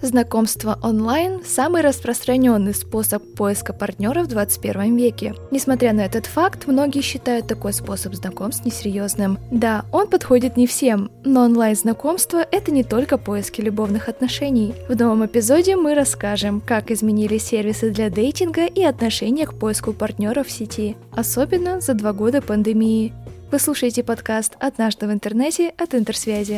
Знакомство онлайн – самый распространенный способ поиска партнера в 21 веке. Несмотря на этот факт, многие считают такой способ знакомств несерьезным. Да, он подходит не всем, но онлайн-знакомство – это не только поиски любовных отношений. В новом эпизоде мы расскажем, как изменились сервисы для дейтинга и отношения к поиску партнеров в сети, особенно за 2 года пандемии. Вы слушаете подкаст «Однажды в интернете» от Интерсвязи.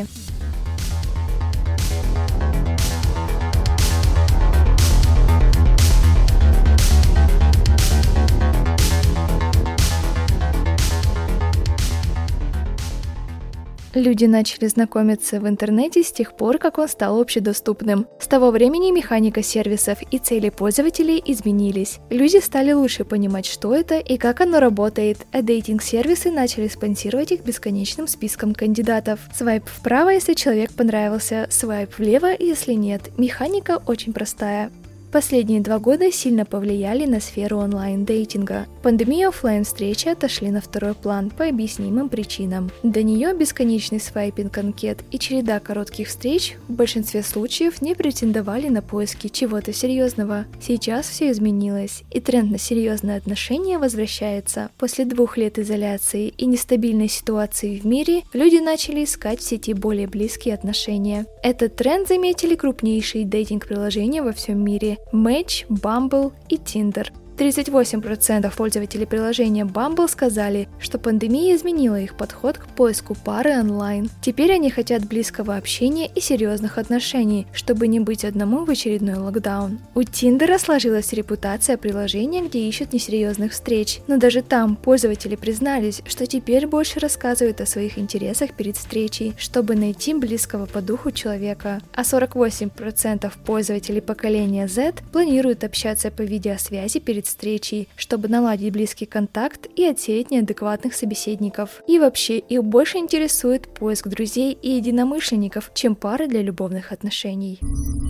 Люди начали знакомиться в интернете с тех пор, как он стал общедоступным. С того времени механика сервисов и цели пользователей изменились. Люди стали лучше понимать, что это и как оно работает, а дейтинг-сервисы начали спонсировать их бесконечным списком кандидатов. Свайп вправо, если человек понравился, свайп влево, если нет. Механика очень простая. Последние 2 года сильно повлияли на сферу онлайн-дейтинга. Пандемия и офлайн-встречи отошли на второй план по объяснимым причинам. До нее бесконечный свайпинг анкет и череда коротких встреч в большинстве случаев не претендовали на поиски чего-то серьезного. Сейчас все изменилось, и тренд на серьезные отношения возвращается. После 2 лет изоляции и нестабильной ситуации в мире люди начали искать в сети более близкие отношения. Этот тренд заметили крупнейшие дейтинг-приложения во всем мире – Match, Bumble и Tinder. 38% пользователей приложения Bumble сказали, что пандемия изменила их подход к поиску пары онлайн. Теперь они хотят близкого общения и серьезных отношений, чтобы не быть одному в очередной локдаун. У Tinder сложилась репутация приложения, где ищут несерьезных встреч, но даже там пользователи признались, что теперь больше рассказывают о своих интересах перед встречей, чтобы найти близкого по духу человека. А 48% пользователей поколения Z планируют общаться по видеосвязи перед встречей, чтобы наладить близкий контакт и отсеять неадекватных собеседников. И вообще, их больше интересует поиск друзей и единомышленников, чем пары для любовных отношений.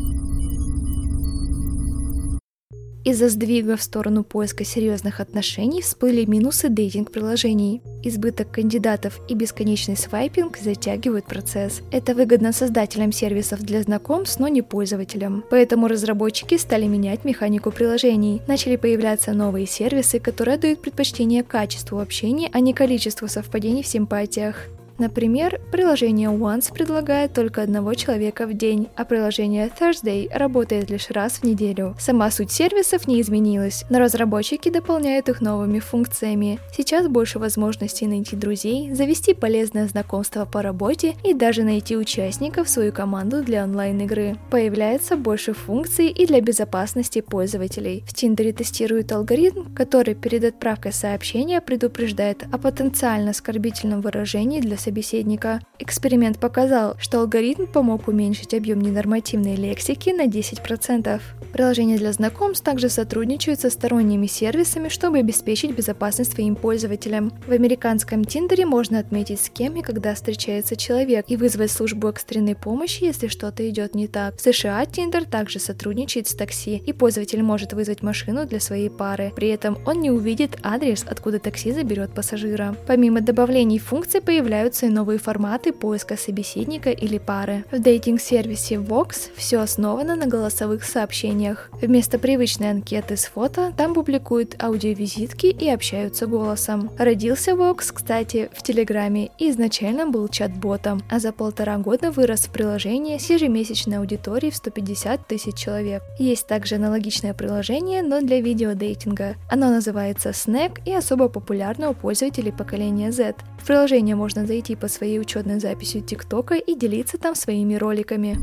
Из-за сдвига в сторону поиска серьезных отношений всплыли минусы дейтинг-приложений. Избыток кандидатов и бесконечный свайпинг затягивают процесс. Это выгодно создателям сервисов для знакомств, но не пользователям. Поэтому разработчики стали менять механику приложений. Начали появляться новые сервисы, которые дают предпочтение качеству общения, а не количеству совпадений в симпатиях. Например, приложение Once предлагает только 1 человека в день, а приложение Thursday работает лишь раз в неделю. Сама суть сервисов не изменилась, но разработчики дополняют их новыми функциями. Сейчас больше возможностей найти друзей, завести полезное знакомство по работе и даже найти участников в свою команду для онлайн-игры. Появляется больше функций и для безопасности пользователей. В Tinder тестируют алгоритм, который перед отправкой сообщения предупреждает о потенциально оскорбительном выражении для собеседника. Эксперимент показал, что алгоритм помог уменьшить объем ненормативной лексики на 10%. Приложения для знакомств также сотрудничают со сторонними сервисами, чтобы обеспечить безопасность своим пользователям. В американском Тиндере можно отметить, с кем и когда встречается человек, и вызвать службу экстренной помощи, если что-то идет не так. В США Tinder также сотрудничает с такси, и пользователь может вызвать машину для своей пары. При этом он не увидит адрес, откуда такси заберет пассажира. Помимо добавлений функций появляются и новые форматы поиска собеседника или пары. В дейтинг-сервисе Vox все основано на голосовых сообщениях. Вместо привычной анкеты с фото там публикуют аудиовизитки и общаются голосом. Родился Vox, кстати, в Телеграме и изначально был чат-ботом, а за 1,5 года вырос в приложение с ежемесячной аудиторией в 150 тысяч человек. Есть также аналогичное приложение, но для видеодейтинга. Оно называется Snack и особо популярно у пользователей поколения Z. В приложение можно зайти по своей учетной записи ТикТока и делиться там своими роликами.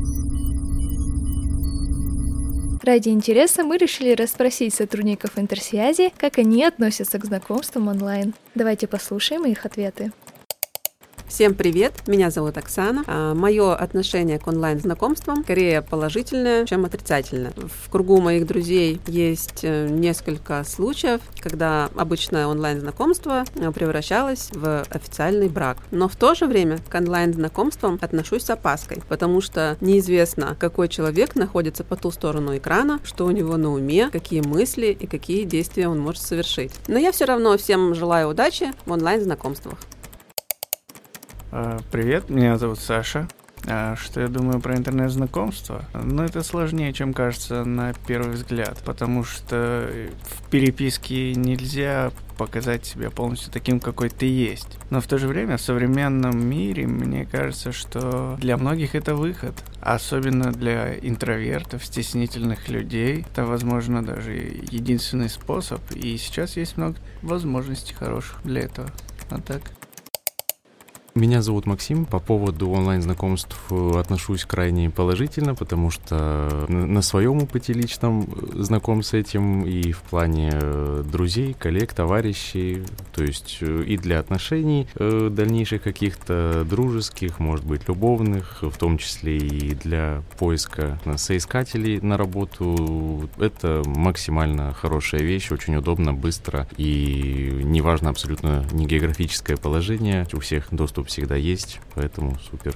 Ради интереса мы решили расспросить сотрудников Интерсвязи, как они относятся к знакомствам онлайн. Давайте послушаем их ответы. Всем привет, меня зовут Оксана. Мое отношение к онлайн-знакомствам скорее положительное, чем отрицательное. В кругу моих друзей есть несколько случаев, когда обычное онлайн-знакомство превращалось в официальный брак. Но в то же время к онлайн-знакомствам отношусь с опаской, потому что неизвестно, какой человек находится по ту сторону экрана, что у него на уме, какие мысли и какие действия он может совершить. Но я все равно всем желаю удачи в онлайн-знакомствах. Привет, меня зовут Саша. А что я думаю про интернет-знакомства? Это сложнее, чем кажется на первый взгляд, потому что в переписке нельзя показать себя полностью таким, какой ты есть. Но в то же время в современном мире, мне кажется, что для многих это выход. Особенно для интровертов, стеснительных людей. Это, возможно, даже единственный способ. И сейчас есть много возможностей хороших для этого. А так... Меня зовут Максим. По поводу онлайн-знакомств отношусь крайне положительно, потому что на своем опыте личном знаком с этим и в плане друзей, коллег, товарищей, то есть и для отношений дальнейших каких-то дружеских, может быть, любовных, в том числе и для поиска соискателей на работу. Это максимально хорошая вещь, очень удобно, быстро и неважно абсолютно не географическое положение, у всех доступ всегда есть, поэтому супер.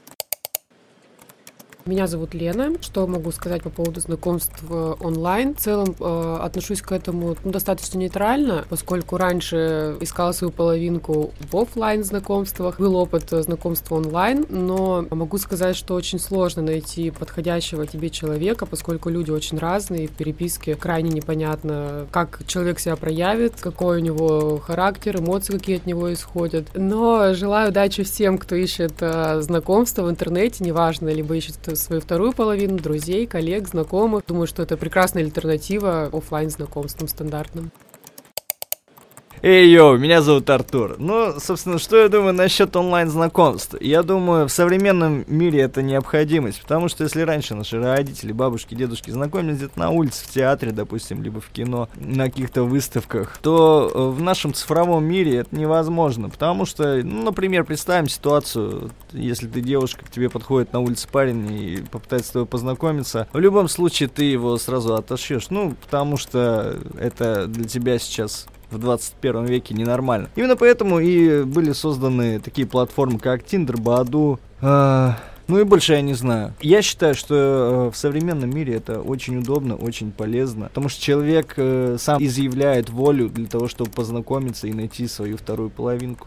Меня зовут Лена. Что могу сказать по поводу знакомств онлайн? В целом отношусь к этому достаточно нейтрально, поскольку раньше искала свою половинку в офлайн знакомствах. Был опыт знакомства онлайн, но могу сказать, что очень сложно найти подходящего тебе человека, поскольку люди очень разные, и в переписке крайне непонятно, как человек себя проявит, какой у него характер, эмоции какие от него исходят. Но желаю удачи всем, кто ищет знакомства в интернете, неважно, либо ищет свою вторую половину, друзей, коллег, знакомых. Думаю, что это прекрасная альтернатива офлайн-знакомствам стандартным. Эй, йоу, меня зовут Артур. Собственно, что я думаю насчет онлайн-знакомств? Я думаю, в современном мире это необходимость, потому что если раньше наши родители, бабушки, дедушки знакомились где-то на улице, в театре, допустим, либо в кино, на каких-то выставках, то в нашем цифровом мире это невозможно, потому что, например, представим ситуацию, если ты девушка, к тебе подходит на улице парень и попытается с тобой познакомиться, в любом случае ты его сразу отошьешь, потому что это для тебя сейчас... в 21 веке ненормально. Именно поэтому и были созданы такие платформы, как Tinder, Badoo, и больше я не знаю. Я считаю, что в современном мире это очень удобно, очень полезно, потому что человек сам изъявляет волю для того, чтобы познакомиться и найти свою вторую половинку.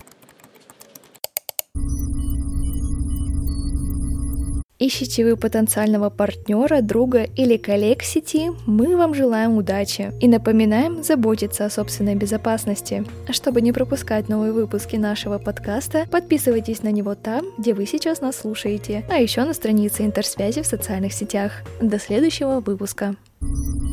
Ищите вы потенциального партнера, друга или коллег в сети, мы вам желаем удачи и напоминаем заботиться о собственной безопасности. А чтобы не пропускать новые выпуски нашего подкаста, подписывайтесь на него там, где вы сейчас нас слушаете, а еще на странице Интерсвязи в социальных сетях. До следующего выпуска.